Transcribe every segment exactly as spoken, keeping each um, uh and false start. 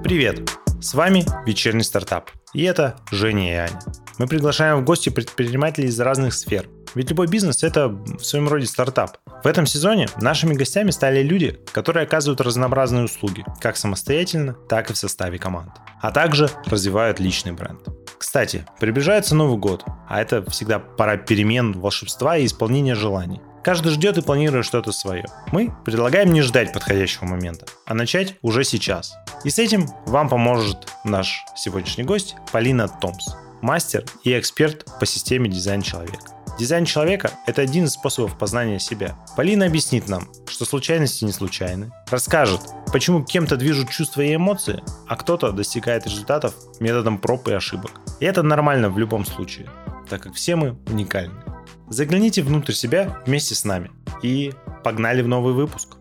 Привет! С вами «Вечерний стартап». И это Женя и Аня. Мы приглашаем в гости предпринимателей из разных сфер. Ведь любой бизнес – это в своем роде стартап. В этом сезоне нашими гостями стали люди, которые оказывают разнообразные услуги, как самостоятельно, так и в составе команд. А также развивают личный бренд. Кстати, приближается Новый год, а это всегда пора перемен, волшебства и исполнения желаний. Каждый ждет и планирует что-то свое. Мы предлагаем не ждать подходящего момента, а начать уже сейчас. И с этим вам поможет наш сегодняшний гость Полина Томс, мастер и эксперт по системе дизайн человека. Дизайн человека – это один из способов познания себя. Полина объяснит нам, что случайности не случайны, расскажет, почему кем-то движут чувства и эмоции, а кто-то достигает результатов методом проб и ошибок. И это нормально в любом случае, так как все мы уникальны. Загляните внутрь себя вместе с нами и погнали в новый выпуск.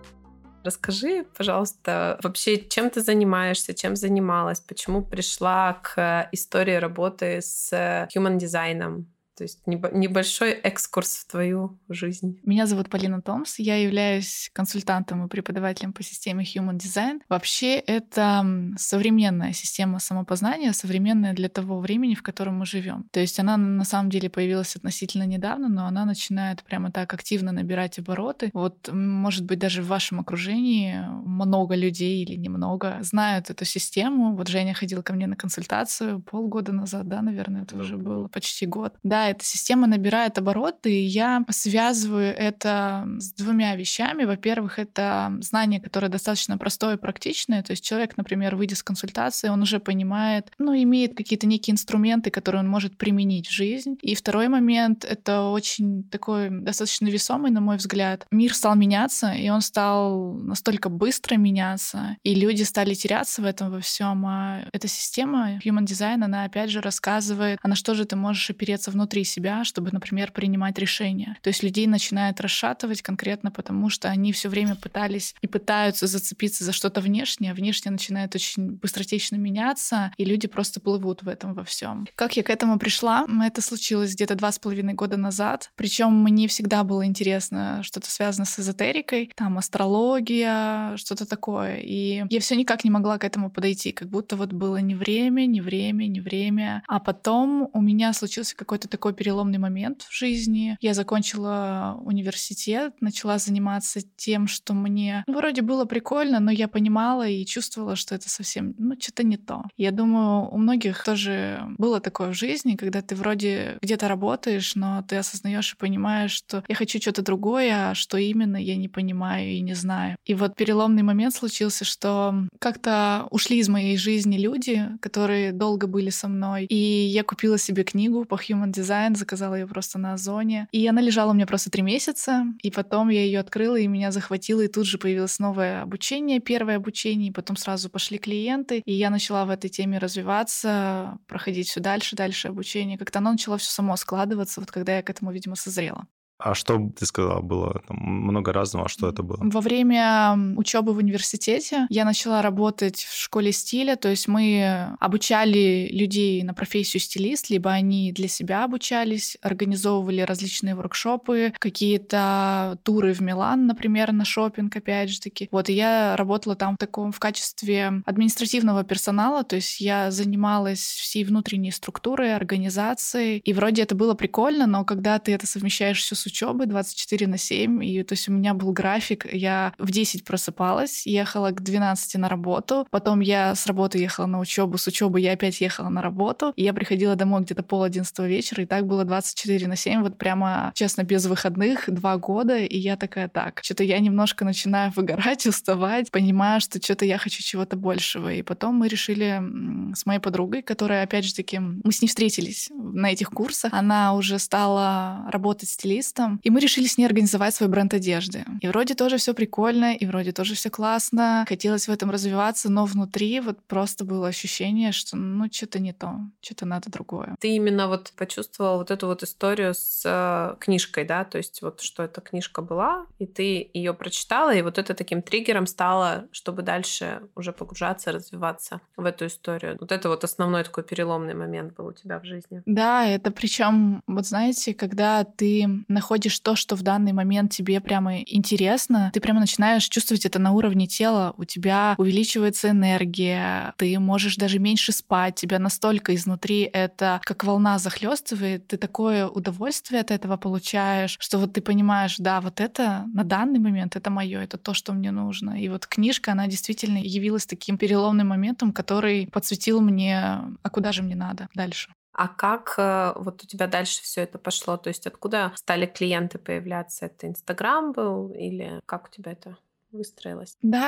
Расскажи, пожалуйста, вообще, чем ты занимаешься, чем занималась, почему пришла к истории работы с human дизайном? То есть небольшой экскурс в твою жизнь. Меня зовут Полина Томс, я являюсь консультантом и преподавателем по системе Human Design. Вообще это современная система самопознания, современная для того времени, в котором мы живем. То есть она на самом деле появилась относительно недавно, но она начинает прямо так активно набирать обороты. Вот, может быть, даже в вашем окружении много людей или немного знают эту систему. Вот Женя ходила ко мне на консультацию полгода назад, да, наверное, это уже было почти год. Да, эта система набирает обороты, и я связываю это с двумя вещами. Во-первых, это знание, которое достаточно простое и практичное. То есть человек, например, выйдя с консультации, он уже понимает, ну, имеет какие-то некие инструменты, которые он может применить в жизнь. И второй момент — это очень такой достаточно весомый, на мой взгляд. Мир стал меняться, и он стал настолько быстро меняться, и люди стали теряться в этом во всем. А эта система Human Design, она опять же рассказывает, а на что же ты можешь опереться внутри себя, чтобы, например, принимать решения. То есть людей начинает расшатывать конкретно потому, что они все время пытались и пытаются зацепиться за что-то внешнее, а внешнее начинает очень быстротечно меняться, и люди просто плывут в этом во всем. Как я к этому пришла? Это случилось где-то два с половиной года назад. Причем мне всегда было интересно что-то связано с эзотерикой, там астрология, что-то такое. И я все никак не могла к этому подойти, как будто вот было не время, не время, не время. А потом у меня случился какой-то такой переломный момент в жизни. Я закончила университет, начала заниматься тем, что мне ну, вроде было прикольно, но я понимала и чувствовала, что это совсем, ну, что-то не то. Я думаю, у многих тоже было такое в жизни, когда ты вроде где-то работаешь, но ты осознаешь и понимаешь, что я хочу что-то другое, а что именно, я не понимаю и не знаю. И вот переломный момент случился, что как-то ушли из моей жизни люди, которые долго были со мной, и я купила себе книгу по Human Design, заказала ее просто на Озоне. И она лежала у меня просто три месяца, и потом я ее открыла, и меня захватило, и тут же появилось новое обучение, первое обучение, и потом сразу пошли клиенты, и я начала в этой теме развиваться, проходить все дальше, дальше обучение. Как-то оно начало все само складываться, вот когда я к этому, видимо, созрела. А что ты сказала, было там много разного, а что это было? Во время учебы в университете я начала работать в школе стиля, то есть мы обучали людей на профессию стилист, либо они для себя обучались, организовывали различные воркшопы, какие-то туры в Милан, например, на шопинг, опять же таки. Вот, и я работала там в таком в качестве административного персонала, то есть я занималась всей внутренней структурой, организацией, и вроде это было прикольно, но когда ты это совмещаешь все с учебы двадцать четыре на семь, и то есть у меня был график, я в десять просыпалась, ехала к двенадцати на работу, потом я с работы ехала на учебу, с учебы я опять ехала на работу, и я приходила домой где-то пол одиннадцатого вечера, и так было двадцать четыре на семь, вот прямо, честно, без выходных, два года, и я такая, так, что-то я немножко начинаю выгорать, уставать, понимаю, что что-то я хочу чего-то большего, и потом мы решили с моей подругой, которая, опять же таки, мы с ней встретились на этих курсах, она уже стала работать стилистом, и мы решили с ней организовать свой бренд одежды. И вроде тоже все прикольно, и вроде тоже все классно. Хотелось в этом развиваться, но внутри вот просто было ощущение, что ну что-то не то, что-то надо другое. Ты именно вот почувствовала вот эту вот историю с э, книжкой, да? То есть вот что эта книжка была, и ты ее прочитала, и вот это таким триггером стало, чтобы дальше уже погружаться, развиваться в эту историю. Вот это вот основной такой переломный момент был у тебя в жизни. Да, это причем, вот знаете, когда ты находишься находишь то, что в данный момент тебе прямо интересно, ты прямо начинаешь чувствовать это на уровне тела, у тебя увеличивается энергия, ты можешь даже меньше спать, тебя настолько изнутри это как волна захлестывает, ты такое удовольствие от этого получаешь, что вот ты понимаешь, да, вот это на данный момент это мое, это то, что мне нужно. И вот книжка, она действительно явилась таким переломным моментом, который подсветил мне, а куда же мне надо дальше. А как э, вот у тебя дальше все это пошло? То есть откуда стали клиенты появляться? Это Инстаграм был или как у тебя это выстроилось? Да,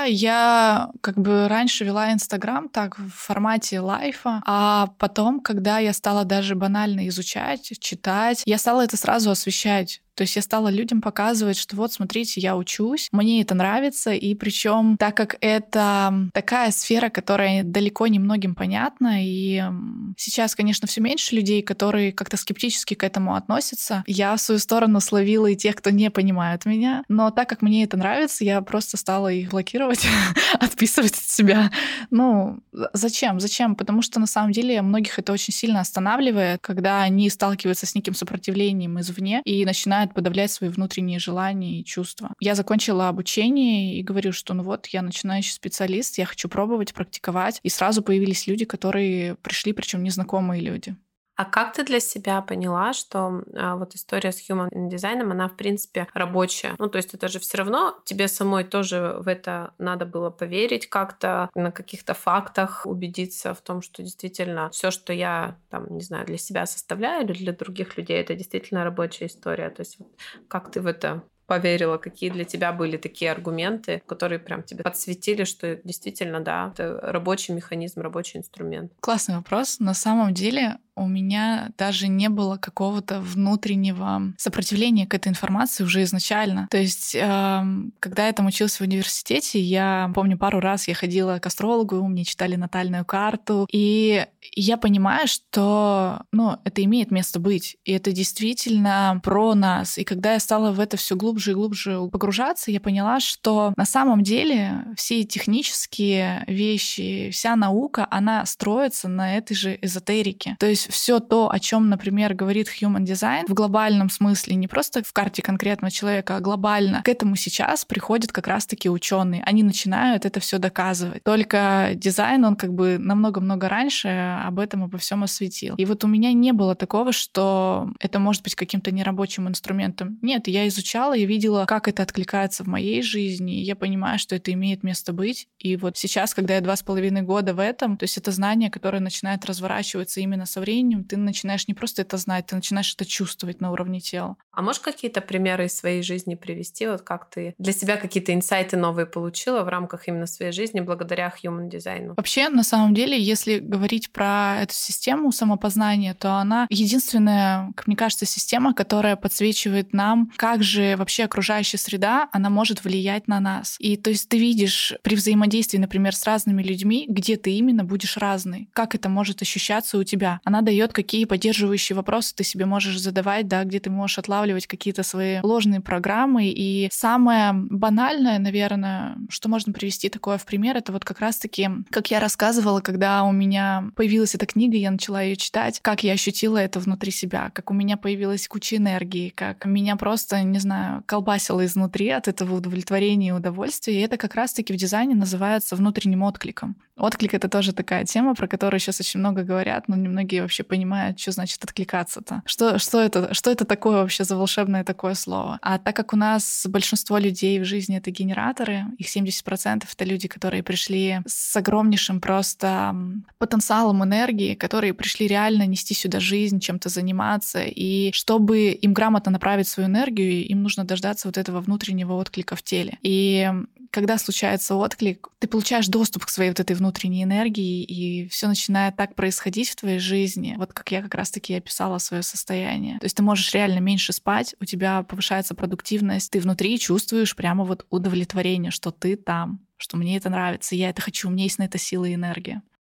я как бы раньше вела Инстаграм так в формате лайфа, а потом, когда я стала даже банально изучать, читать, я стала это сразу освещать. То есть я стала людям показывать, что вот, смотрите, я учусь, мне это нравится, и причем, так как это такая сфера, которая далеко не многим понятна, и сейчас, конечно, все меньше людей, которые как-то скептически к этому относятся, я в свою сторону словила и тех, кто не понимает меня, но так как мне это нравится, я просто стала их блокировать, отписывать от себя. Ну, зачем? Зачем? Потому что на самом деле многих это очень сильно останавливает, когда они сталкиваются с неким сопротивлением извне и начинают подавлять свои внутренние желания и чувства. Я закончила обучение и говорю, что ну вот, я начинающий специалист, я хочу пробовать, практиковать. И сразу появились люди, которые пришли, причем незнакомые люди. А как ты для себя поняла, что а, вот история с human дизайном, она, в принципе, рабочая? Ну, то есть это же все равно тебе самой тоже в это надо было поверить как-то, на каких-то фактах убедиться в том, что действительно все, что я, там, не знаю, для себя составляю или для других людей, это действительно рабочая история. То есть вот как ты в это поверила, какие для тебя были такие аргументы, которые прям тебе подсветили, что действительно, да, это рабочий механизм, рабочий инструмент? Классный вопрос. На самом деле у меня даже не было какого-то внутреннего сопротивления к этой информации уже изначально. То есть, э, когда я там училась в университете, я помню, пару раз я ходила к астрологу, мне читали натальную карту, и я понимаю, что, ну, это имеет место быть, и это действительно про нас. И когда я стала в это все глубже и глубже погружаться, я поняла, что на самом деле все технические вещи, вся наука, она строится на этой же эзотерике. То есть все то, о чем, например, говорит Human Design в глобальном смысле, не просто в карте конкретного человека, а глобально, к этому сейчас приходят как раз-таки ученые. Они начинают это все доказывать. Только дизайн, он как бы намного-много раньше об этом обо всем осветил. И вот у меня не было такого, что это может быть каким-то нерабочим инструментом. Нет, я изучала, я видела, как это откликается в моей жизни, и я понимаю, что это имеет место быть. И вот сейчас, когда я два с половиной года в этом, то есть это знание, которое начинает разворачиваться именно со временем, ты начинаешь не просто это знать, ты начинаешь это чувствовать на уровне тела. А можешь какие-то примеры из своей жизни привести? Вот как ты для себя какие-то инсайты новые получила в рамках именно своей жизни благодаря human дизайну? Вообще, на самом деле, если говорить про эту систему самопознания, то она единственная, как мне кажется, система, которая подсвечивает нам, как же вообще окружающая среда, она может влиять на нас. И то есть ты видишь при взаимодействии, например, с разными людьми, где ты именно будешь разный, как это может ощущаться у тебя. Она дает, какие поддерживающие вопросы ты себе можешь задавать, да, где ты можешь отлавливать какие-то свои ложные программы. И самое банальное, наверное, что можно привести такое в пример, это вот как раз-таки, как я рассказывала, когда у меня появилась эта книга, я начала ее читать, как я ощутила это внутри себя, как у меня появилась куча энергии, как меня просто, не знаю, колбасило изнутри от этого удовлетворения и удовольствия. И это как раз-таки в дизайне называется внутренним откликом. Отклик — это тоже такая тема, про которую сейчас очень много говорят, но немногие вообще понимают, что значит откликаться-то. Что, что, это, что это такое вообще за волшебное такое слово? А так как у нас большинство людей в жизни — это генераторы, их семьдесят процентов — это люди, которые пришли с огромнейшим просто потенциалом энергии, которые пришли реально нести сюда жизнь, чем-то заниматься. И чтобы им грамотно направить свою энергию, им нужно дождаться вот этого внутреннего отклика в теле. И когда случается отклик, ты получаешь доступ к своей вот этой внутренней энергии, и все начинает так происходить в твоей жизни, вот как я как раз-таки описала свое состояние. То есть ты можешь реально меньше спать, у тебя повышается продуктивность, ты внутри чувствуешь прямо вот удовлетворение, что ты там, что мне это нравится, я это хочу, у меня есть на это сила и энергия.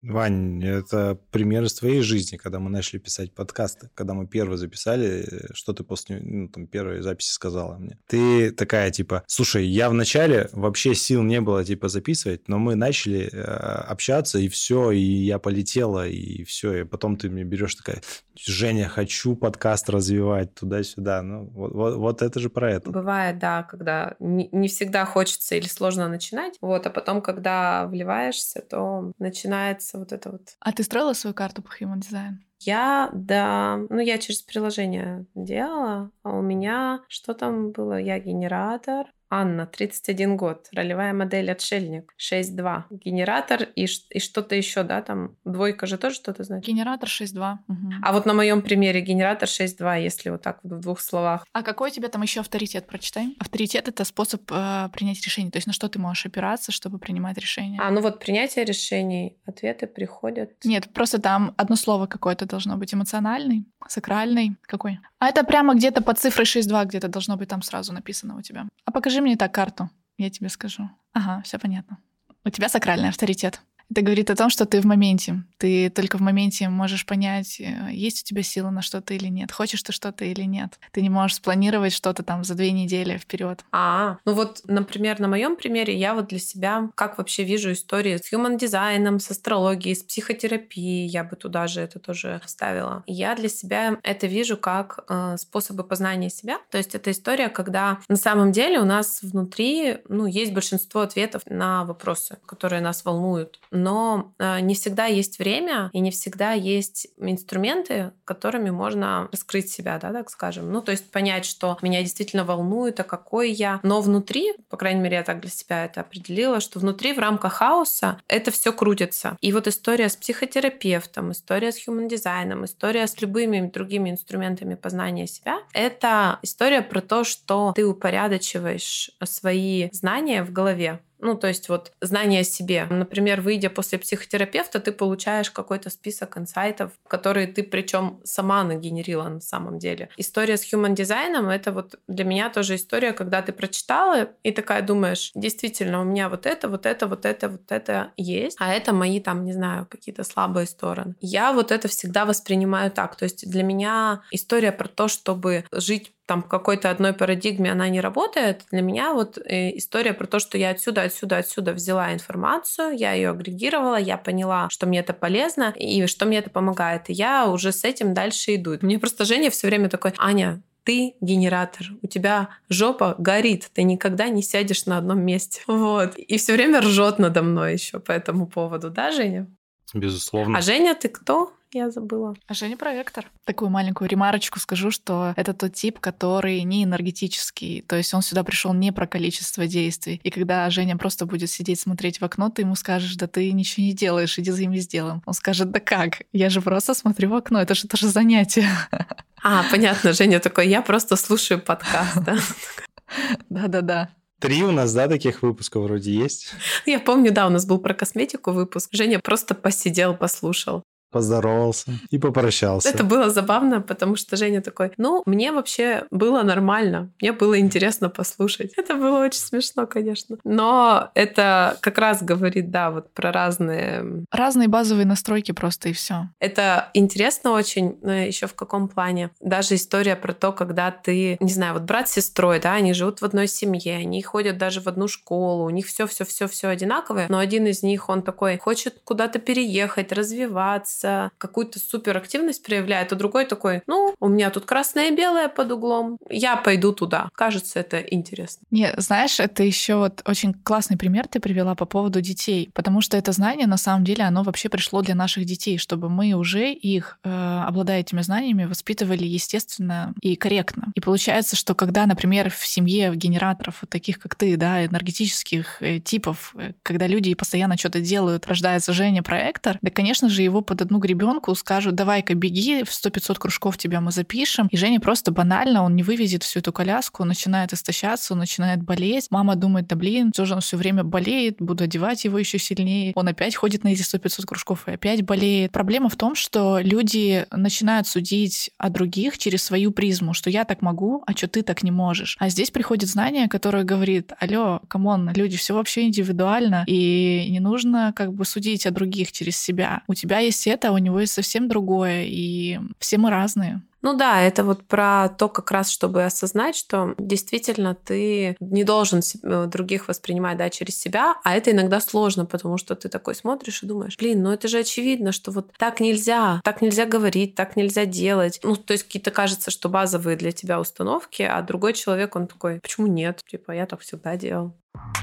Вань, это пример из твоей жизни, когда мы начали писать подкасты. Когда мы первые записали, что ты после ну, там, первой записи сказала мне? Ты такая, типа, слушай, я вначале вообще сил не было, типа, записывать, но мы начали э, общаться, и все, и я полетела, и все. И потом ты мне берешь такая, Женя, хочу подкаст развивать туда-сюда. Ну, вот, вот, вот это же про это. Бывает, да, когда не, не всегда хочется или сложно начинать, вот, а потом, когда вливаешься, то начинается вот это вот. А ты строила свою карту по Human Design? Я, да, ну я через приложение делала, а у меня, что там было? Я генератор. Анна, тридцать один год, ролевая модель отшельник, шесть два. Генератор и, и что-то еще, да, там двойка же тоже что-то значит? Генератор шесть два. Угу. А вот на моем примере генератор шесть два, если вот так вот в двух словах. А какой у тебя там еще авторитет, прочитай? Авторитет — это способ э, принять решение, то есть на что ты можешь опираться, чтобы принимать решения. А, ну вот принятие решений, ответы приходят. Нет, просто там одно слово какое-то должно быть: эмоциональный, сакральный, какой? А это прямо где-то под цифрой шесть два где-то должно быть там сразу написано у тебя. А покажи мне так карту, я тебе скажу. Ага, все понятно. У тебя сакральный авторитет. Это говорит о том, что ты в моменте. Ты только в моменте можешь понять, есть у тебя сила на что-то или нет, хочешь ты что-то или нет. Ты не можешь спланировать что-то там за две недели вперед. А, ну вот, например, на моем примере я вот для себя как вообще вижу истории с human дизайном, с астрологией, с психотерапией, я бы туда же это тоже вставила. Я для себя это вижу как э, способы познания себя. То есть это история, когда на самом деле у нас внутри, ну, есть большинство ответов на вопросы, которые нас волнуют. Но э, не всегда есть время и не всегда есть инструменты, которыми можно раскрыть себя, да, так скажем. Ну, то есть понять, что меня действительно волнует, а какой я. Но внутри, по крайней мере, я так для себя это определила, что внутри в рамках хаоса это все крутится. И вот история с психотерапевтом, история с human дизайном, история с любыми другими инструментами познания себя — это история про то, что ты упорядочиваешь свои знания в голове. Ну, то есть вот знание о себе. Например, выйдя после психотерапевта, ты получаешь какой-то список инсайтов, которые ты причем сама нагенерила на самом деле. История с human дизайном — это вот для меня тоже история, когда ты прочитала и такая думаешь, действительно, у меня вот это, вот это, вот это, вот это есть, а это мои там, не знаю, какие-то слабые стороны. Я вот это всегда воспринимаю так. То есть для меня история про то, чтобы жить там в какой-то одной парадигме, она не работает. Для меня вот история про то, что я отсюда, отсюда, отсюда взяла информацию, я ее агрегировала, я поняла, что мне это полезно и что мне это помогает. И я уже с этим дальше иду. Мне просто Женя все время такой: Аня, ты генератор, у тебя жопа горит, ты никогда не сядешь на одном месте. Вот. И все время ржет надо мной еще по этому поводу, да, Женя? Безусловно. А Женя, ты кто? Я забыла. А Женя проектор. Такую маленькую ремарочку скажу, что это тот тип, который не энергетический. То есть он сюда пришел не про количество действий. И когда Женя просто будет сидеть, смотреть в окно, ты ему скажешь: да ты ничего не делаешь, иди займись делом. Он скажет: да как? Я же просто смотрю в окно, это же тоже занятие. А, понятно, Женя такой: я просто слушаю подкаст, да? Да-да-да. Три у нас, да, таких выпусков вроде есть? Я помню, да, у нас был про косметику выпуск. Женя просто посидел, послушал. Поздоровался и попрощался. Это было забавно, потому что Женя такой: ну, мне вообще было нормально, мне было интересно послушать. Это было очень смешно, конечно. Но это как раз говорит, да, вот про разные... Разные базовые настройки просто, и все. Это интересно очень, но еще в каком плане. Даже история про то, когда ты, не знаю, вот брат с сестрой, да, они живут в одной семье, они ходят даже в одну школу, у них все, все, все, все одинаковое, но один из них, он такой хочет куда-то переехать, развиваться, какую-то суперактивность проявляет, а другой такой: ну, у меня тут красное и белое под углом, я пойду туда. Кажется, это интересно. Не, знаешь, это еще вот очень классный пример ты привела по поводу детей, потому что это знание, на самом деле, оно вообще пришло для наших детей, чтобы мы уже их, э, обладая этими знаниями, воспитывали естественно и корректно. И получается, что когда, например, в семье генераторов, вот таких как ты, да, энергетических э, типов, э, когда люди постоянно что-то делают, рождается Женя проектор, да, конечно же, его под одну гребенку, скажут, давай-ка беги, в сто-пятьсот кружков тебя мы запишем. И Женя просто банально, он не вывезет всю эту коляску, он начинает истощаться, он начинает болеть. Мама думает, да блин, что же он все время болеет, буду одевать его еще сильнее. Он опять ходит на эти сто-пятьсот кружков и опять болеет. Проблема в том, что люди начинают судить о других через свою призму, что я так могу, а что ты так не можешь. А здесь приходит знание, которое говорит, алло, камон, люди, все вообще индивидуально, и не нужно как бы судить о других через себя. У тебя есть это, а у него есть совсем другое, и все мы разные. Ну да, это вот про то как раз, чтобы осознать, что действительно ты не должен других воспринимать, да, через себя, а это иногда сложно, потому что ты такой смотришь и думаешь, блин, ну это же очевидно, что вот так нельзя, так нельзя говорить, так нельзя делать. Ну, то есть какие-то, кажется, что базовые для тебя установки, а другой человек, он такой, почему нет? Типа, я так всегда делал.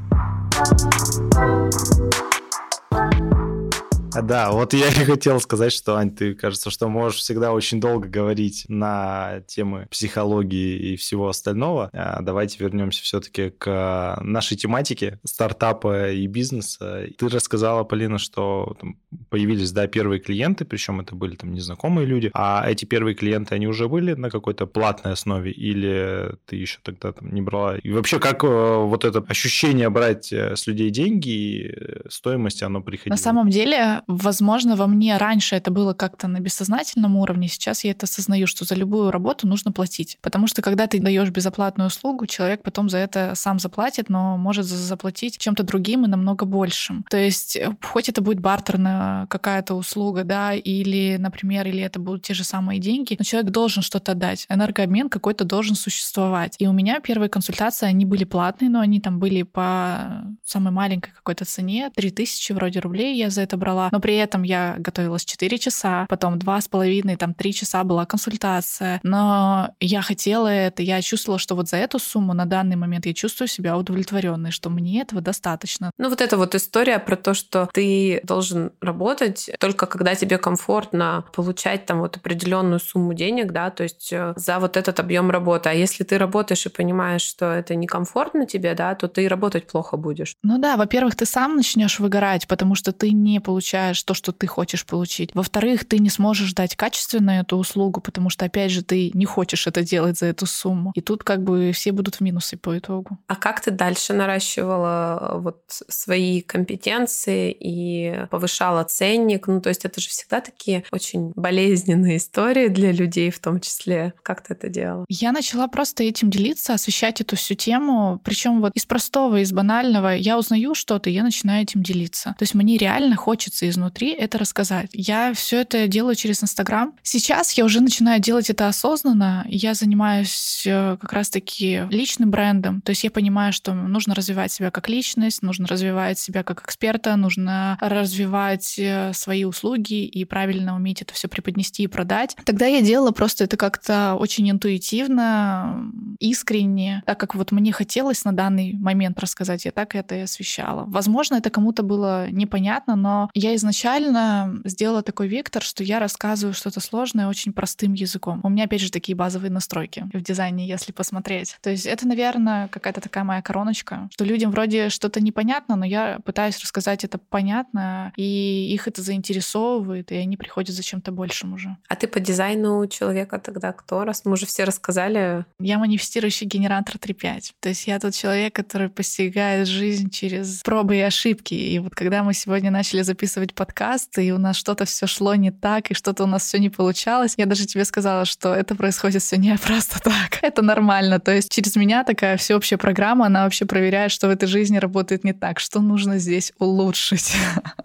Да, вот я и хотел сказать, что, Ань, ты, кажется, что можешь всегда очень долго говорить на темы психологии и всего остального. Давайте вернемся все-таки к нашей тематике стартапа и бизнеса. Ты рассказала, Полина, что там появились, да, первые клиенты, причем это были там незнакомые люди, а эти первые клиенты, они уже были на какой-то платной основе или ты еще тогда там не брала? И вообще, как вот это ощущение брать с людей деньги и стоимость, оно приходило? На самом деле, возможно, во мне раньше это было как-то на бессознательном уровне, сейчас я это осознаю, что за любую работу нужно платить. Потому что когда ты даешь безоплатную услугу, человек потом за это сам заплатит, но может заплатить чем-то другим и намного большим. То есть хоть это будет бартерная какая-то услуга, да, или, например, или это будут те же самые деньги, но человек должен что-то дать. Энергообмен какой-то должен существовать. И у меня первые консультации, они были платные, но они там были по самой маленькой какой-то цене, три тысячи вроде рублей я за это брала. Но при этом я готовилась четыре часа, потом два с половиной, там три часа была консультация. Но я хотела это, я чувствовала, что вот за эту сумму на данный момент я чувствую себя удовлетворенной, что мне этого достаточно. Ну вот эта вот история про то, что ты должен работать только когда тебе комфортно получать там вот определенную сумму денег, да, то есть за вот этот объем работы. А если ты работаешь и понимаешь, что это некомфортно тебе, да, то ты и работать плохо будешь. Ну да, во-первых, ты сам начнешь выгорать, потому что ты не получаешь то, что ты хочешь получить. Во-вторых, ты не сможешь дать качественно эту услугу, потому что, опять же, ты не хочешь это делать за эту сумму. И тут как бы все будут в минусе по итогу. А как ты дальше наращивала вот свои компетенции и повышала ценник? Ну, то есть это же всегда такие очень болезненные истории для людей в том числе. Как ты это делала? Я начала просто этим делиться, освещать эту всю тему. Причем вот из простого, из банального я узнаю что-то, и я начинаю этим делиться. То есть мне реально хочется изнутри это рассказать. Я все это делаю через Инстаграм. Сейчас я уже начинаю делать это осознанно. Я занимаюсь как раз-таки личным брендом. То есть я понимаю, что нужно развивать себя как личность, нужно развивать себя как эксперта, нужно развивать свои услуги и правильно уметь это все преподнести и продать. Тогда я делала просто это как-то очень интуитивно, искренне, так как вот мне хотелось на данный момент рассказать, я так это и освещала. Возможно, это кому-то было непонятно, но я изначально сделала такой вектор, что я рассказываю что-то сложное очень простым языком. У меня, опять же, такие базовые настройки в дизайне, если посмотреть. То есть это, наверное, какая-то такая моя короночка, что людям вроде что-то непонятно, но я пытаюсь рассказать это понятно, и их это заинтересовывает, и они приходят за чем-то большим уже. А ты по дизайну человека тогда кто? Раз мы уже все рассказали. Я манифестирующий генератор три пять. То есть я тот человек, который постигает жизнь через пробы и ошибки. И вот когда мы сегодня начали записывать подкаст, и у нас что-то все шло не так, и что-то у нас все не получалось, я даже тебе сказала, что это происходит все не просто так. Это нормально. То есть через меня такая всеобщая программа, она вообще проверяет, что в этой жизни работает не так, что нужно здесь улучшить.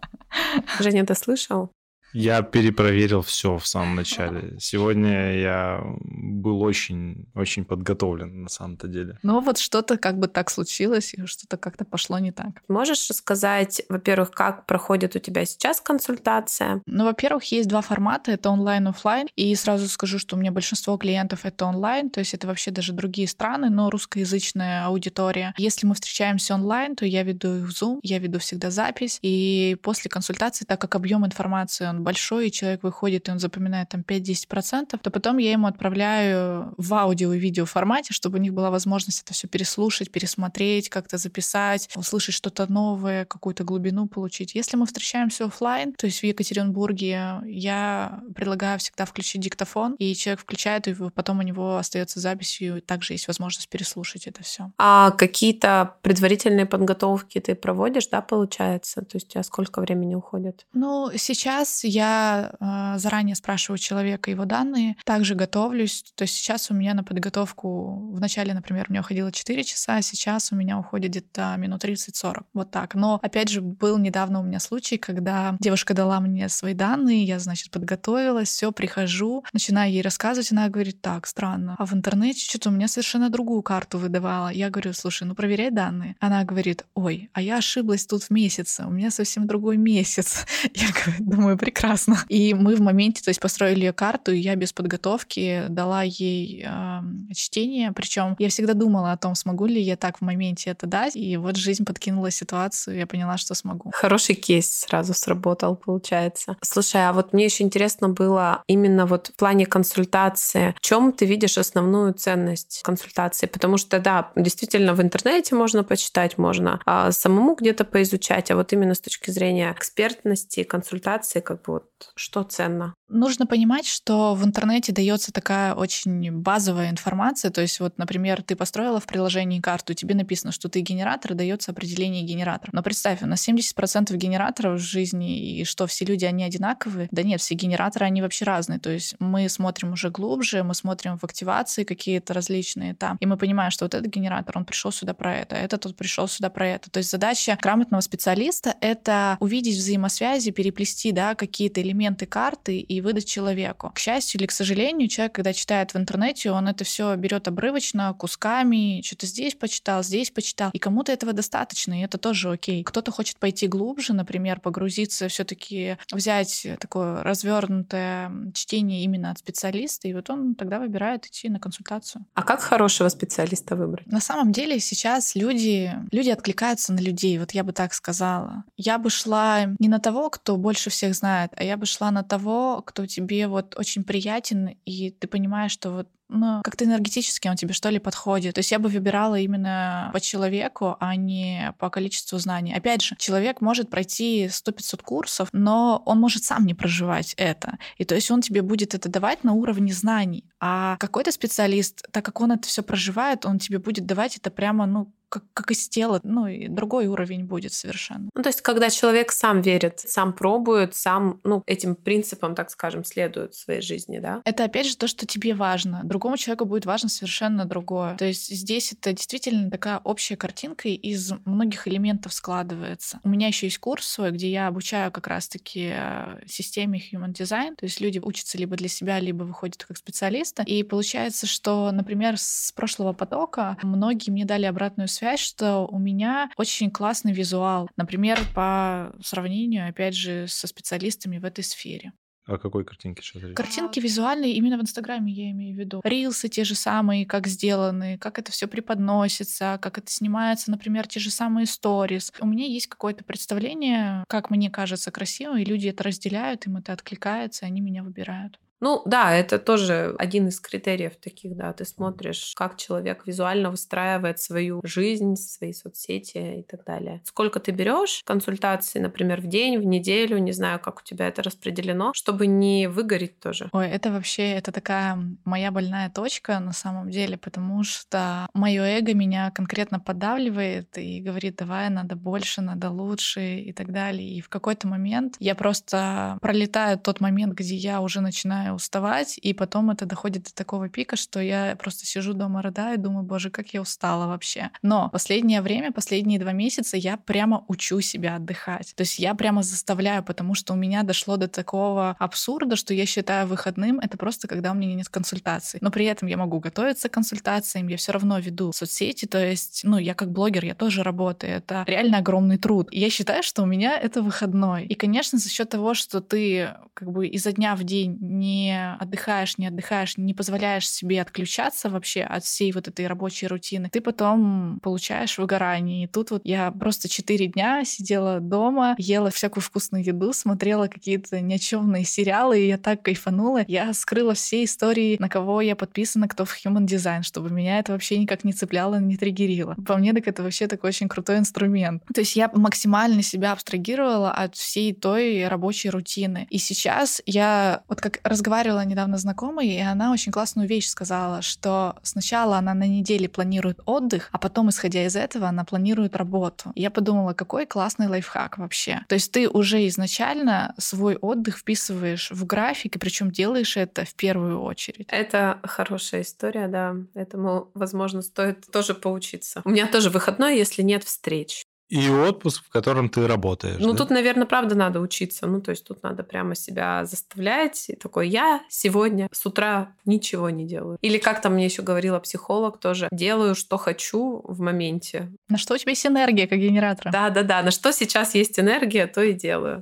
Женя, ты слышал? Я перепроверил все в самом начале. Сегодня я был очень, очень подготовлен на самом-то деле. Ну вот что-то как бы так случилось, и что-то как-то пошло не так. Можешь рассказать, во-первых, как проходит у тебя сейчас консультация? Ну, во-первых, есть два формата. Это онлайн и офлайн. И сразу скажу, что у меня большинство клиентов — это онлайн, то есть это вообще даже другие страны, но русскоязычная аудитория. Если мы встречаемся онлайн, то я веду их в Zoom, я веду всегда запись. И после консультации, так как объем информации он он большой, и человек выходит, и он запоминает там пять-десять процентов, то потом я ему отправляю в аудио и видео формате, чтобы у них была возможность это все переслушать, пересмотреть, как-то записать, услышать что-то новое, какую-то глубину получить. Если мы встречаемся офлайн, то есть в Екатеринбурге, я предлагаю всегда включить диктофон, и человек включает, и потом у него остается запись, и также есть возможность переслушать это все. А какие-то предварительные подготовки ты проводишь, да, получается? То есть у тебя сколько времени уходит? Ну, сейчас я э, заранее спрашиваю человека его данные, также готовлюсь. То есть сейчас у меня на подготовку, в начале, например, у меня уходило четыре часа, а сейчас у меня уходит где-то минут тридцать-сорок. Вот так. Но, опять же, был недавно у меня случай, когда девушка дала мне свои данные, я, значит, подготовилась, все, прихожу, начинаю ей рассказывать, она говорит: так, странно, а в интернете что-то у меня совершенно другую карту выдавала. Я говорю: слушай, ну проверяй данные. Она говорит: ой, а я ошиблась тут в месяце, у меня совсем другой месяц. Я думаю, прекрасно. И мы в моменте, то есть построили ее карту, и я без подготовки дала ей э, чтение. Причем я всегда думала о том, смогу ли я так в моменте это дать. И вот жизнь подкинула ситуацию, и я поняла, что смогу. Хороший кейс сразу сработал, получается. Слушай, а вот мне еще интересно было именно вот в плане консультации. В чем ты видишь основную ценность консультации? Потому что, да, действительно, в интернете можно почитать, можно а самому где-то поизучать, а вот именно с точки зрения экспертности, консультации, как бы вот что ценно? Нужно понимать, что в интернете дается такая очень базовая информация. То есть вот, например, ты построила в приложении карту, тебе написано, что ты генератор, и дается определение генератора. Но представь, у нас семьдесят процентов генераторов в жизни, и что все люди, они одинаковые? Да нет, все генераторы, они вообще разные. То есть мы смотрим уже глубже, мы смотрим в активации какие-то различные там, и мы понимаем, что вот этот генератор, он пришел сюда про это, а этот тут пришел сюда про это. То есть задача грамотного специалиста — это увидеть взаимосвязи, переплести, да, какие-то элементы карты и выдать человеку. К счастью или к сожалению, человек, когда читает в интернете, он это все берет обрывочно, кусками, что-то здесь почитал, здесь почитал, и кому-то этого достаточно, и это тоже окей. Кто-то хочет пойти глубже, например, погрузиться, все-таки взять такое развернутое чтение именно от специалиста, и вот он тогда выбирает идти на консультацию. А как хорошего специалиста выбрать? На самом деле сейчас люди, люди откликаются на людей, вот я бы так сказала. Я бы шла не на того, кто больше всех знает, а я бы шла на того, кто тебе вот очень приятен, и ты понимаешь, что вот ну, как-то энергетически он тебе, что ли, подходит. То есть я бы выбирала именно по человеку, а не по количеству знаний. Опять же, человек может пройти сто-пятьсот курсов, но он может сам не проживать это. И то есть он тебе будет это давать на уровне знаний. А какой-то специалист, так как он это все проживает, он тебе будет давать это прямо, ну, как, как из тела, ну, и другой уровень будет совершенно. Ну, то есть, когда человек сам верит, сам пробует, сам, ну, этим принципам, так скажем, следует в своей жизни, да? Это, опять же, то, что тебе важно. Другому человеку будет важно совершенно другое. То есть здесь это действительно такая общая картинка из многих элементов складывается. У меня еще есть курс свой, где я обучаю как раз-таки системе Human Design, то есть люди учатся либо для себя, либо выходят как специалисты. И получается, что, например, с прошлого потока многие мне дали обратную связь, связь, что у меня очень классный визуал. Например, по сравнению, опять же, со специалистами в этой сфере. О какой картинке сейчас речь? Картинки визуальные именно в Инстаграме, я имею в виду. Рилсы те же самые, как сделаны, как это все преподносится, как это снимается, например, те же самые сторис. У меня есть какое-то представление, как мне кажется красивым, и люди это разделяют, им это откликается, и они меня выбирают. Ну да, это тоже один из критериев таких, да. Ты смотришь, как человек визуально выстраивает свою жизнь, свои соцсети и так далее. Сколько ты берешь консультаций, например, в день, в неделю, не знаю, как у тебя это распределено, чтобы не выгореть тоже. Ой, это вообще, это такая моя больная точка на самом деле, потому что мое эго меня конкретно поддавливает и говорит: давай, надо больше, надо лучше и так далее. И в какой-то момент я просто пролетаю тот момент, где я уже начинаю уставать, и потом это доходит до такого пика, что я просто сижу дома, рыдаю, думаю: боже, как я устала вообще. Но последнее время, последние два месяца я прямо учу себя отдыхать. То есть я прямо заставляю, потому что у меня дошло до такого абсурда, что я считаю выходным — это просто когда у меня нет консультаций. Но при этом я могу готовиться к консультациям, я все равно веду соцсети, то есть, ну, я как блогер, я тоже работаю, это реально огромный труд. И я считаю, что у меня это выходной. И, конечно, за счет того, что ты как бы изо дня в день не не отдыхаешь, не отдыхаешь, не позволяешь себе отключаться вообще от всей вот этой рабочей рутины, ты потом получаешь выгорание. И тут вот я просто четыре дня сидела дома, ела всякую вкусную еду, смотрела какие-то ни о чёмные сериалы, и я так кайфанула. Я скрыла все истории, на кого я подписана, кто в Human Design, чтобы меня это вообще никак не цепляло, не триггерило. По мне, так это вообще такой очень крутой инструмент. То есть я максимально себя абстрагировала от всей той рабочей рутины. И сейчас я вот как разговаривала недавно с знакомой, и она очень классную вещь сказала, что сначала она на неделе планирует отдых, а потом, исходя из этого, она планирует работу. И я подумала, какой классный лайфхак вообще. То есть ты уже изначально свой отдых вписываешь в график, и причем делаешь это в первую очередь. Это хорошая история, да. Этому, возможно, стоит тоже поучиться. У меня тоже выходной, если нет встреч. И отпуск, в котором ты работаешь. Ну, да? тут, наверное, правда надо учиться. Ну, то есть тут надо прямо себя заставлять. И такой, я сегодня с утра ничего не делаю. Или как там мне еще говорила психолог тоже, делаю, что хочу в моменте. На что у тебя есть энергия, как генератора? Да-да-да, на что сейчас есть энергия, то и делаю.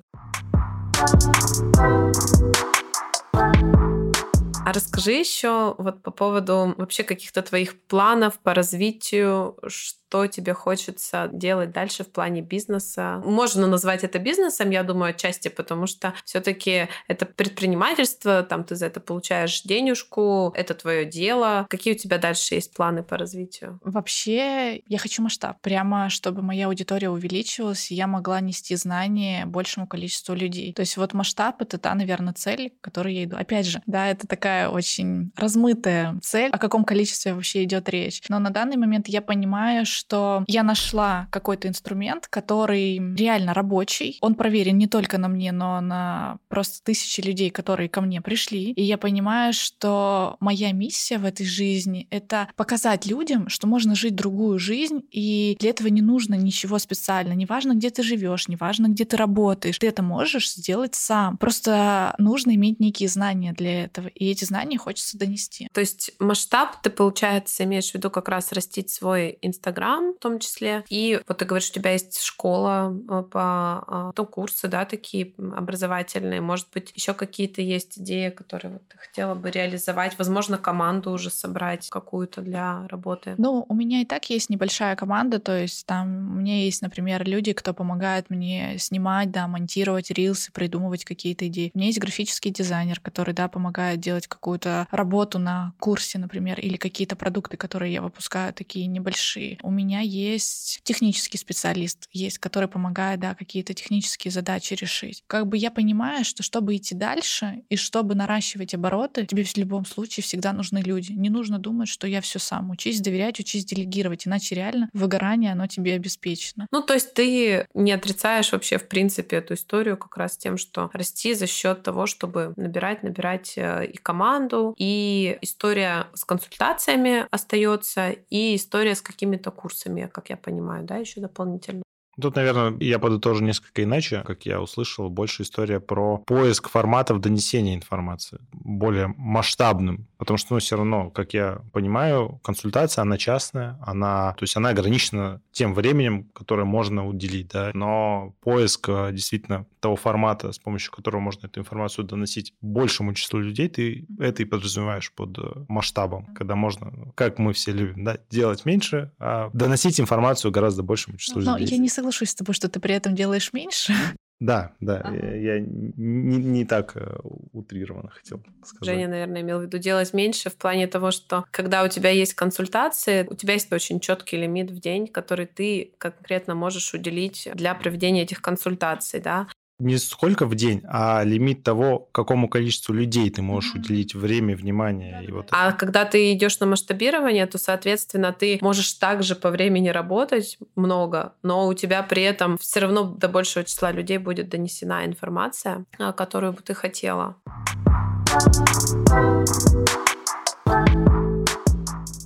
А расскажи еще вот по поводу вообще каких-то твоих планов по развитию, что тебе хочется делать дальше в плане бизнеса. Можно назвать это бизнесом, я думаю, отчасти, потому что все-таки это предпринимательство, там ты за это получаешь денежку, это твое дело. Какие у тебя дальше есть планы по развитию? Вообще, я хочу масштаб. Прямо, чтобы моя аудитория увеличивалась, и я могла нести знания большему количеству людей. То есть вот масштаб — это та, наверное, цель, к которой я иду. Опять же, да, это такая очень размытая цель, о каком количестве вообще идет речь. Но на данный момент я понимаю, что я нашла какой-то инструмент, который реально рабочий. Он проверен не только на мне, но на просто тысячи людей, которые ко мне пришли. И я понимаю, что моя миссия в этой жизни — это показать людям, что можно жить другую жизнь, и для этого не нужно ничего специально. Неважно, где ты живешь, неважно, где ты работаешь. Ты это можешь сделать сам. Просто нужно иметь некие знания для этого. И эти знания хочется донести. То есть масштаб ты, получается, имеешь в виду как раз растить свой Инстаграм в том числе. И вот ты говоришь, у тебя есть школа по то курсы, да, такие образовательные. Может быть, еще какие-то есть идеи, которые вот ты хотела бы реализовать. Возможно, команду уже собрать какую-то для работы. Ну, у меня и так есть небольшая команда, то есть там у меня есть, например, люди, кто помогает мне снимать, да, монтировать рилсы, придумывать какие-то идеи. У меня есть графический дизайнер, который, да, помогает делать какую-то работу на курсе, например, или какие-то продукты, которые я выпускаю, такие небольшие. У меня есть технический специалист, есть, который помогает, да, какие-то технические задачи решить. Как бы я понимаю, что чтобы идти дальше и чтобы наращивать обороты, тебе в любом случае всегда нужны люди. Не нужно думать, что я все сам. Учись доверять, учись делегировать, иначе реально выгорание, оно тебе обеспечено. Ну, то есть ты не отрицаешь вообще, в принципе, эту историю как раз тем, что расти за счет того, чтобы набирать, набирать и команду, и история с консультациями остается, и история с какими-то курсами, как я понимаю, да, еще дополнительно. Тут, наверное, я подытожу несколько иначе. Как я услышал, больше история про поиск форматов донесения информации, более масштабным. Потому что, ну, все равно, как я понимаю, консультация, она частная, она, то есть она ограничена тем временем, которое можно уделить, да. Но поиск действительно того формата, с помощью которого можно эту информацию доносить большему числу людей, ты это и подразумеваешь под масштабом, когда можно, как мы все любим, да, делать меньше, а доносить информацию гораздо большему числу Но людей. Я не соглашусь с тобой, что ты при этом делаешь меньше. Да, да, Ага. я, я не, не так э, утрированно хотел сказать. Женя, наверное, имел в виду делать меньше в плане того, что когда у тебя есть консультации, у тебя есть очень четкий лимит в день, который ты конкретно можешь уделить для проведения этих консультаций, да. Не сколько в день, а лимит того, какому количеству людей ты можешь Мгм. уделить время, внимание. И вот А это. когда ты идешь на масштабирование, то, соответственно, ты можешь также по времени работать много, но у тебя при этом все равно до большего числа людей будет донесена информация, а, которую бы ты хотела. А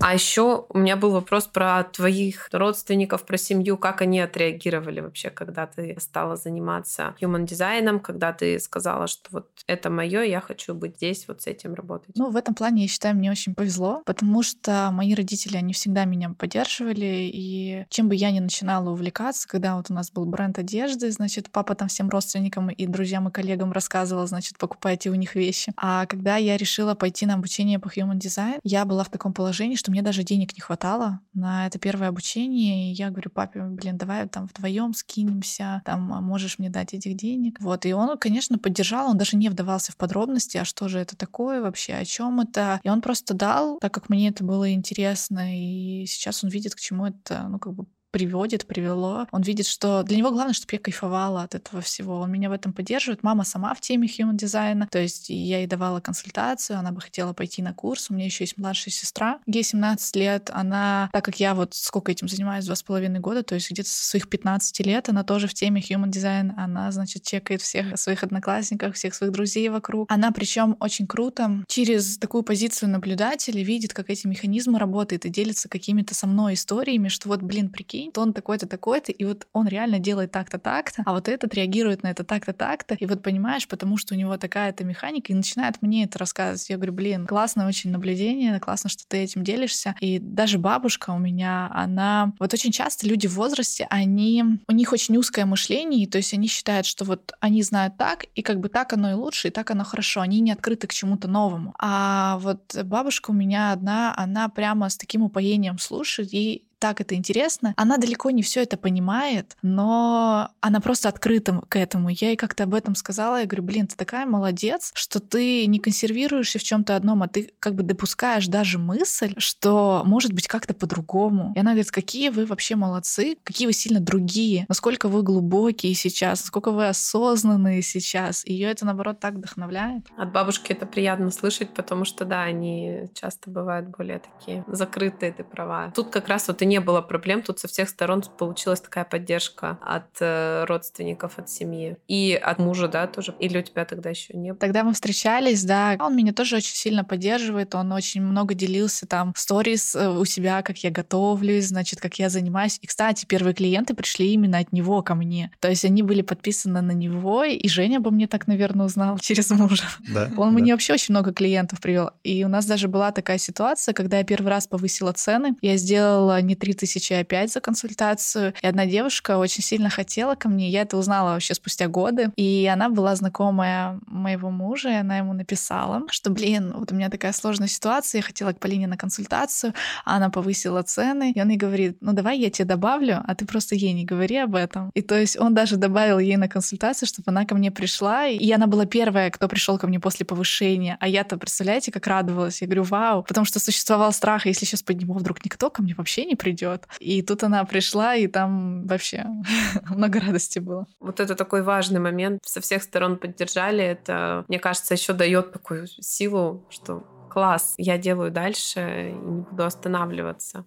А еще у меня был вопрос про твоих родственников, про семью, как они отреагировали вообще, когда ты стала заниматься human дизайном, когда ты сказала, что вот это мое, я хочу быть здесь, вот с этим работать. Ну, в этом плане, я считаю, мне очень повезло, потому что мои родители, они всегда меня поддерживали, и чем бы я ни начинала увлекаться, когда вот у нас был бренд одежды, значит, папа там всем родственникам и друзьям и коллегам рассказывал, значит, покупайте у них вещи. А когда я решила пойти на обучение по human design, я была в таком положении, что мне даже денег не хватало на это первое обучение, и я говорю папе, блин, давай там вдвоем скинемся, там, можешь мне дать этих денег. Вот, и он, конечно, поддержал, он даже не вдавался в подробности, а что же это такое вообще, о чем это. И он просто дал, так как мне это было интересно, и сейчас он видит, к чему это, ну, как бы приводит, привело. Он видит, что для него главное, чтобы я кайфовала от этого всего. Он меня в этом поддерживает. Мама сама в теме human дизайна. То есть я ей давала консультацию, она бы хотела пойти на курс. У меня еще есть младшая сестра. Ей семнадцать лет. Она, так как я вот сколько этим занимаюсь, два с половиной года, то есть где-то со своих пятнадцати лет, она тоже в теме human design. Она, значит, чекает всех своих одноклассников, всех своих друзей вокруг. Она причем очень круто через такую позицию наблюдателя видит, как эти механизмы работают и делится какими-то со мной историями, что вот, блин, прикинь, то он такой-то, такой-то, и вот он реально делает так-то, так-то, а вот этот реагирует на это так-то, так-то, и вот понимаешь, потому что у него такая-то механика, и начинает мне это рассказывать. Я говорю, блин, классное очень наблюдение, классно, что ты этим делишься. И даже бабушка у меня, она... Вот очень часто люди в возрасте, они... У них очень узкое мышление, то есть они считают, что вот они знают так, и как бы так оно и лучше, и так оно хорошо. Они не открыты к чему-то новому. А вот бабушка у меня одна, она прямо с таким упоением слушает, ей так это интересно. Она далеко не все это понимает, но она просто открыта к этому. Я ей как-то об этом сказала. Я говорю, блин, ты такая молодец, что ты не консервируешься в чем-то одном, а ты как бы допускаешь даже мысль, что может быть как-то по-другому. И она говорит, какие вы вообще молодцы, какие вы сильно другие, насколько вы глубокие сейчас, насколько вы осознанные сейчас. Ее это, наоборот, так вдохновляет. От бабушки это приятно слышать, потому что, да, они часто бывают более такие закрытые, ты права. Тут как раз вот и не было проблем, тут со всех сторон получилась такая поддержка от э, родственников, от семьи и от мужа, да, тоже. Или у тебя тогда еще не было? Тогда мы встречались, да. Он меня тоже очень сильно поддерживает, он очень много делился там сторис у себя, как я готовлюсь, значит, как я занимаюсь. И, кстати, первые клиенты пришли именно от него ко мне. То есть они были подписаны на него, и Женя обо мне так, наверное, узнал через мужа. Да, Он да. мне вообще очень много клиентов привел. И у нас даже была такая ситуация, когда я первый раз повысила цены. Я сделала не три тысячи, а пять за консультацию. И одна девушка очень сильно хотела ко мне. Я это узнала вообще спустя годы. И она была знакомая моего мужа, и она ему написала, что, блин, вот у меня такая сложная ситуация, я хотела к Полине на консультацию, а она повысила цены. И он ей говорит, ну давай я тебе добавлю, а ты просто ей не говори об этом. И то есть он даже добавил ей на консультацию, чтобы она ко мне пришла. И она была первая, кто пришел ко мне после повышения. А я-то, представляете, как радовалась. Я говорю, вау, потому что существовал страх, если сейчас подниму, вдруг никто ко мне вообще не придет. И тут она пришла, и там вообще много радости было. Вот это такой важный момент. Со всех сторон поддержали. Это, мне кажется, еще дает такую силу, что класс, я делаю дальше и не буду останавливаться.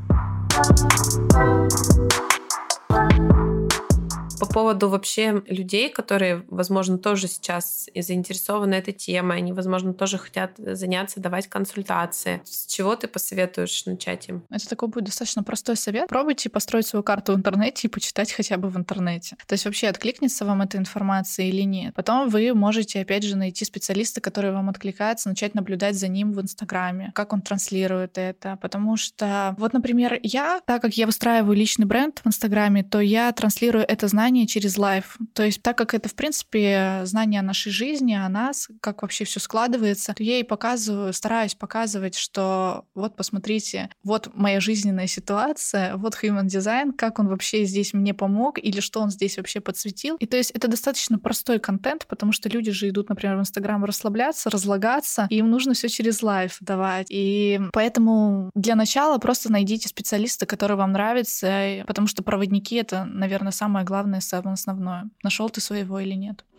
По поводу вообще людей, которые, возможно, тоже сейчас заинтересованы этой темой, они, возможно, тоже хотят заняться, давать консультации. С чего ты посоветуешь начать им? Это такой будет достаточно простой совет. Пробуйте построить свою карту в интернете и почитать хотя бы в интернете. То есть вообще откликнется вам эта информация или нет. Потом вы можете, опять же, найти специалиста, который вам откликается, начать наблюдать за ним в Инстаграме, как он транслирует это. Потому что, вот, например, я, так как я выстраиваю личный бренд в Инстаграме, то я транслирую это знание через лайв. То есть так как это, в принципе, знание о нашей жизни, о нас, как вообще все складывается, то я и показываю, стараюсь показывать, что вот, посмотрите, вот моя жизненная ситуация, вот human design, как он вообще здесь мне помог или что он здесь вообще подсветил. И то есть это достаточно простой контент, потому что люди же идут, например, в Инстаграм расслабляться, разлагаться, и им нужно все через лайв давать. И поэтому для начала просто найдите специалиста, который вам нравится, потому что проводники — это, наверное, самое главное, самое основное. Нашел ты своего или нет?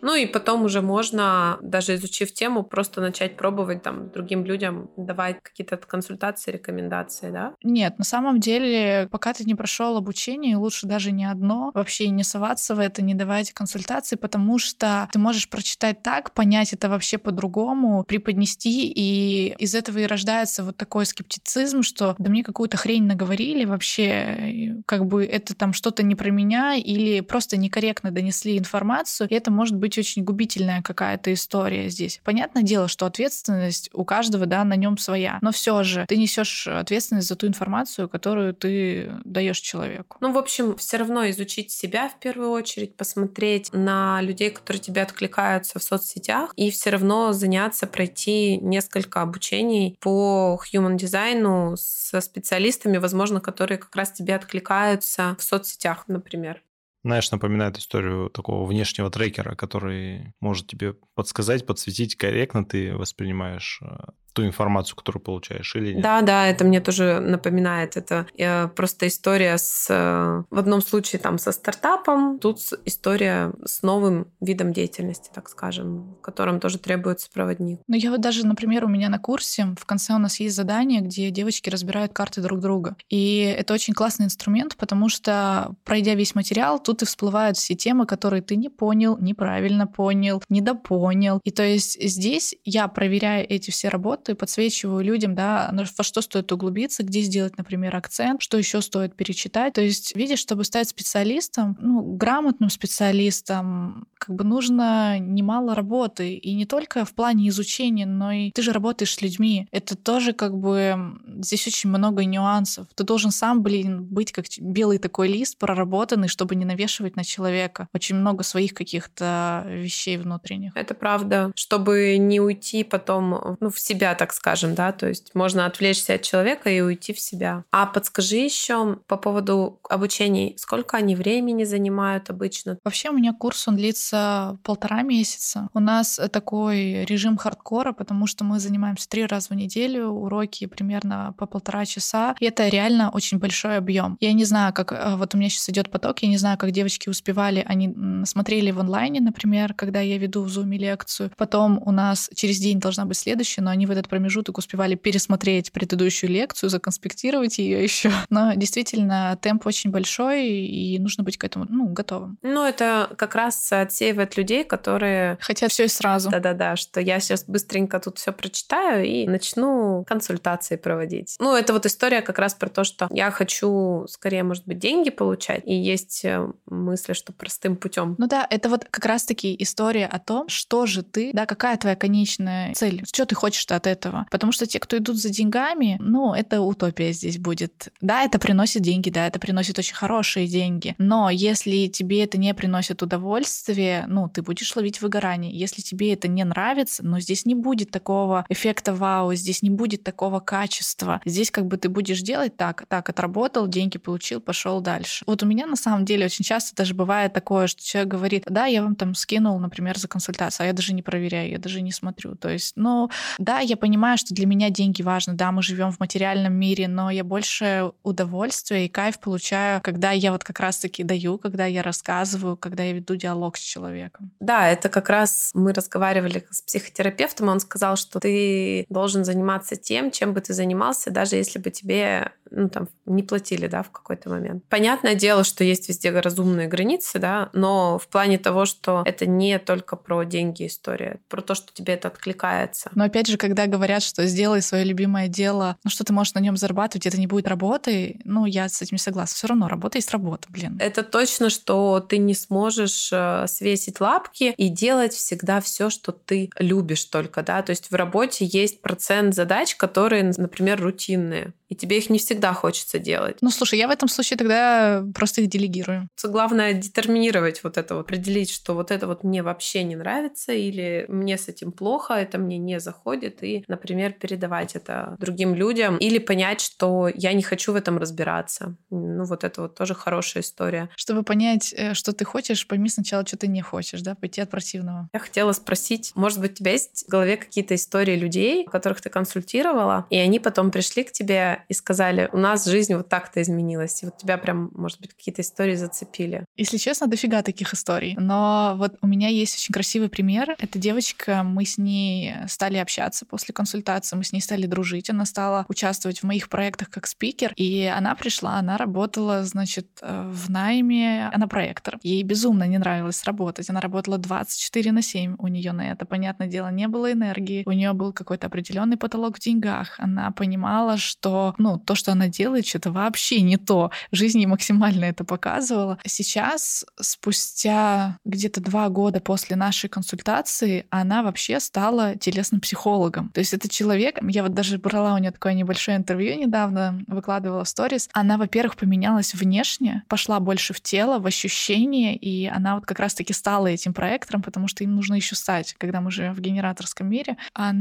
Ну и потом уже можно, даже изучив тему, просто начать пробовать там другим людям давать какие-то консультации, рекомендации, да? Нет, на самом деле, пока ты не прошел обучение, лучше даже не одно, вообще не соваться в это, не давать консультации, потому что ты можешь прочитать так, понять это вообще по-другому, преподнести, и из этого и рождается вот такой скептицизм, что да мне какую-то хрень наговорили вообще, как бы это там что-то не про меня, или просто некорректно донесли информацию, и это может быть очень губительная какая-то история здесь. Понятное дело, что ответственность у каждого, да, на нем своя, но все же ты несешь ответственность за ту информацию, которую ты даешь человеку. Ну, в общем, все равно изучить себя в первую очередь, посмотреть на людей, которые тебе откликаются в соцсетях, и все равно заняться, пройти несколько обучений по human дизайну со специалистами, возможно, которые как раз тебе откликаются в соцсетях, например. Знаешь, напоминает историю такого внешнего трекера, который может тебе подсказать, подсветить, корректно ты воспринимаешь ту информацию, которую получаешь, или нет? Да, да, это мне тоже напоминает. Это э, просто история с... Э, в одном случае там со стартапом, тут история с новым видом деятельности, так скажем, в котором тоже требуется проводник. Ну, я вот даже, например, у меня на курсе в конце у нас есть задание, где девочки разбирают карты друг друга. И это очень классный инструмент, потому что, пройдя весь материал, тут и всплывают все темы, которые ты не понял, неправильно понял, недопонял. И то есть здесь я, проверяя эти все работы, и подсвечиваю людям, да, во что стоит углубиться, где сделать, например, акцент, что еще стоит перечитать. То есть, видишь, чтобы стать специалистом, ну, грамотным специалистом, как бы нужно немало работы. И не только в плане изучения, но и ты же работаешь с людьми. Это тоже как бы... Здесь очень много нюансов. Ты должен сам, блин, быть как белый такой лист, проработанный, чтобы не навешивать на человека. Очень много своих каких-то вещей внутренних. Это правда. Чтобы не уйти потом, ну, в себя, так скажем, да, то есть можно отвлечься от человека и уйти в себя. А подскажи еще по поводу обучений, сколько они времени занимают обычно? Вообще у меня курс, он длится полтора месяца. У нас такой режим хардкора, потому что мы занимаемся три раза в неделю, уроки примерно по полтора часа, и это реально очень большой объем. Я не знаю, как вот у меня сейчас идет поток, я не знаю, как девочки успевали, они смотрели в онлайне, например, когда я веду в Zoom лекцию, потом у нас через день должна быть следующая, но они в этот промежуток успевали пересмотреть предыдущую лекцию, законспектировать ее еще. Но действительно темп очень большой, и нужно быть к этому, ну, готовым. Ну, это как раз отсеивает людей, которые хотят все и сразу. Да-да-да, что я сейчас быстренько тут все прочитаю и начну консультации проводить. Ну, это вот история как раз про то, что я хочу скорее, может быть, деньги получать, и есть мысли, что простым путем. Ну да, это вот как раз-таки история о том, что же ты, да, какая твоя конечная цель, что ты хочешь-то от этого. Потому что те, кто идут за деньгами, ну, это утопия здесь будет. Да, это приносит деньги, да, это приносит очень хорошие деньги. Но если тебе это не приносит удовольствие, ну, ты будешь ловить выгорание. Если тебе это не нравится, ну, здесь не будет такого эффекта вау, здесь не будет такого качества. Здесь как бы ты будешь делать так, так, отработал, деньги получил, пошел дальше. Вот у меня на самом деле очень часто даже бывает такое, что человек говорит, да, я вам там скинул, например, за консультацию, а я даже не проверяю, я даже не смотрю. То есть, ну, да, я понимаю, что для меня деньги важны, да, мы живем в материальном мире, но я больше удовольствия и кайф получаю, когда я вот как раз-таки даю, когда я рассказываю, когда я веду диалог с человеком. Да, это как раз мы разговаривали с психотерапевтом, и он сказал, что ты должен заниматься тем, чем бы ты занимался, даже если бы тебе, ну, там, не платили, да, в какой-то момент. Понятное дело, что есть везде разумные границы, да, но в плане того, что это не только про деньги история, про то, что тебе это откликается. Но опять же, когда говорят, что сделай свое любимое дело, ну что ты можешь на нем зарабатывать, это не будет работой, ну я с этим не согласна. Все равно работа есть работа, блин. Это точно, что ты не сможешь свесить лапки и делать всегда все, что ты любишь только, да, то есть в работе есть процент задач, которые, например, рутинные, и тебе их не всегда хочется делать. Ну, слушай, я в этом случае тогда просто их делегирую. Главное детерминировать вот это, вот, определить, что вот это вот мне вообще не нравится, или мне с этим плохо, это мне не заходит, и, например, передавать это другим людям, или понять, что я не хочу в этом разбираться. Ну, вот это вот тоже хорошая история. Чтобы понять, что ты хочешь, пойми сначала, что ты не хочешь, да, пойти от противного. Я хотела спросить, может быть, у тебя есть в голове какие-то истории людей, которых ты консультировала, и они потом пришли к тебе тебе и сказали, у нас жизнь вот так-то изменилась, и вот тебя прям, может быть, какие-то истории зацепили? Если честно, дофига таких историй. Но вот у меня есть очень красивый пример. Эта девочка, мы с ней стали общаться после консультации, мы с ней стали дружить, она стала участвовать в моих проектах как спикер, и она пришла, она работала, значит, в найме, она проектор. Ей безумно не нравилось работать, она работала двадцать четыре на семь, у нее на это, понятное дело, не было энергии, у нее был какой-то определенный потолок в деньгах, она понимала, что, ну, то, что она делает, что-то вообще не то. В жизни максимально это показывала. Сейчас, спустя где-то два года после нашей консультации, она вообще стала телесным психологом. То есть это человек, я вот даже брала у нее такое небольшое интервью недавно, выкладывала в сторис, она, во-первых, поменялась внешне, пошла больше в тело, в ощущения, и она вот как раз-таки стала этим проектором, потому что им нужно еще стать, когда мы живем в генераторском мире.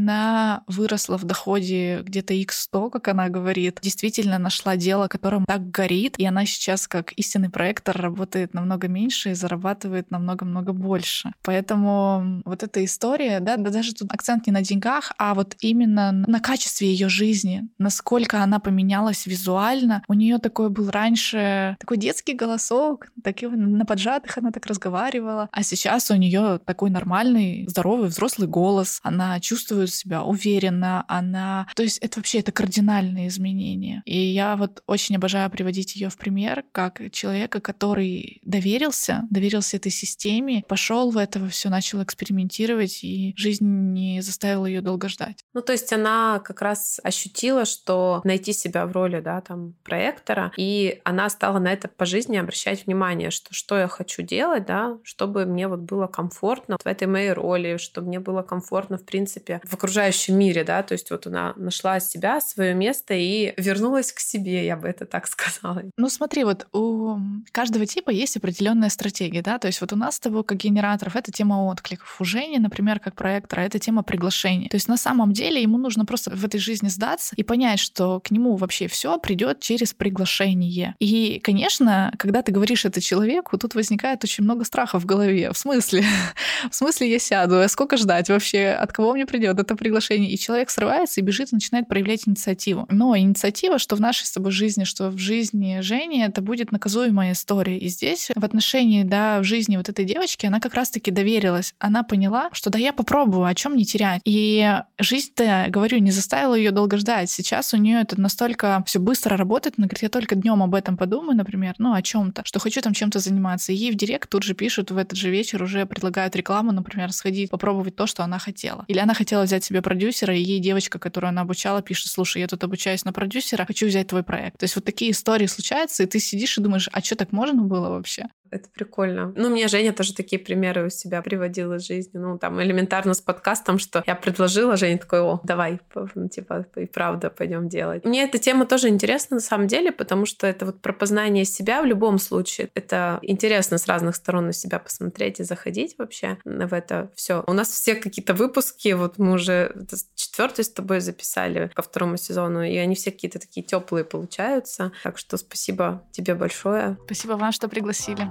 Она выросла в доходе где-то икс сто, как она говорит, действительно нашла дело, которым так горит, и она сейчас как истинный проектор работает намного меньше и зарабатывает намного-много больше. Поэтому вот эта история, да, да, даже тут акцент не на деньгах, а вот именно на качестве ее жизни, насколько она поменялась визуально. У нее такой был раньше такой детский голосок, такие на поджатых она так разговаривала, а сейчас у нее такой нормальный, здоровый, взрослый голос. Она чувствует себя уверенно, она... То есть это вообще это кардинальные изменения. И я вот очень обожаю приводить ее в пример как человека, который доверился, доверился этой системе, пошел в это все, начал экспериментировать, и жизнь не заставила ее долго ждать. Ну, то есть она как раз ощутила, что найти себя в роли, да, там, проектора, и она стала на это по жизни обращать внимание, что что я хочу делать, да, чтобы мне вот было комфортно в этой моей роли, чтобы мне было комфортно, в принципе, в окружающем мире, да, то есть вот она нашла себя, свое место и вернулась к себе, я бы это так сказала. Ну, смотри, вот у каждого типа есть определенная стратегия, да, то есть вот у нас с тобой, как генераторов, это тема откликов. У Жени, например, как проектора, это тема приглашений. То есть на самом деле ему нужно просто в этой жизни сдаться и понять, что к нему вообще все придет через приглашение. И, конечно, когда ты говоришь это человеку, тут возникает очень много страха в голове. В смысле? В смысле я сяду? А сколько ждать вообще? От кого мне придет это приглашение? И человек срывается и бежит и начинает проявлять инициативу. Но инициатива, что в нашей с тобой жизни, что в жизни Жени, это будет наказуемая история. И здесь в отношении, да, в жизни вот этой девочки, она как раз-таки доверилась. Она поняла, что да, я попробую, о чем не терять. И жизнь-то, говорю, не заставила ее долго ждать. Сейчас у нее это настолько все быстро работает. Она говорит, я только днем об этом подумаю, например, ну, о чем-то, что хочу там чем-то заниматься. И ей в директ тут же пишут, в этот же вечер уже предлагают рекламу, например, сходить, попробовать то, что она хотела. Или она хотела взять себе продюсера, и ей девочка, которую она обучала, пишет, слушай, я тут обучаюсь на продюсера, хочу взять твой проект. То есть вот такие истории случаются, и ты сидишь и думаешь, а что так можно было вообще? Это прикольно. Ну, мне Женя тоже такие примеры у себя приводила из жизни. Ну, там, элементарно с подкастом, что я предложила, Женя такой, о, давай, ну, типа, и правда, пойдем делать. Мне эта тема тоже интересна на самом деле, потому что это вот про познание себя в любом случае. Это интересно с разных сторон на себя посмотреть и заходить вообще в это все. У нас все какие-то выпуски, вот мы уже четвертый с тобой записали ко второму сезону, и они все какие-то такие теплые получаются. Так что спасибо тебе большое. Спасибо вам, что пригласили.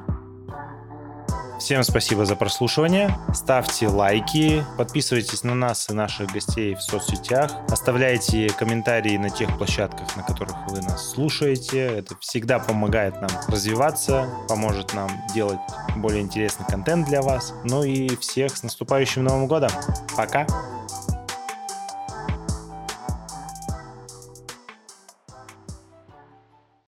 Всем спасибо за прослушивание. Ставьте лайки, подписывайтесь на нас и наших гостей в соцсетях, оставляйте комментарии на тех площадках, на которых вы нас слушаете. Это всегда помогает нам развиваться, поможет нам делать более интересный контент для вас. Ну и всех с наступающим Новым годом. Пока!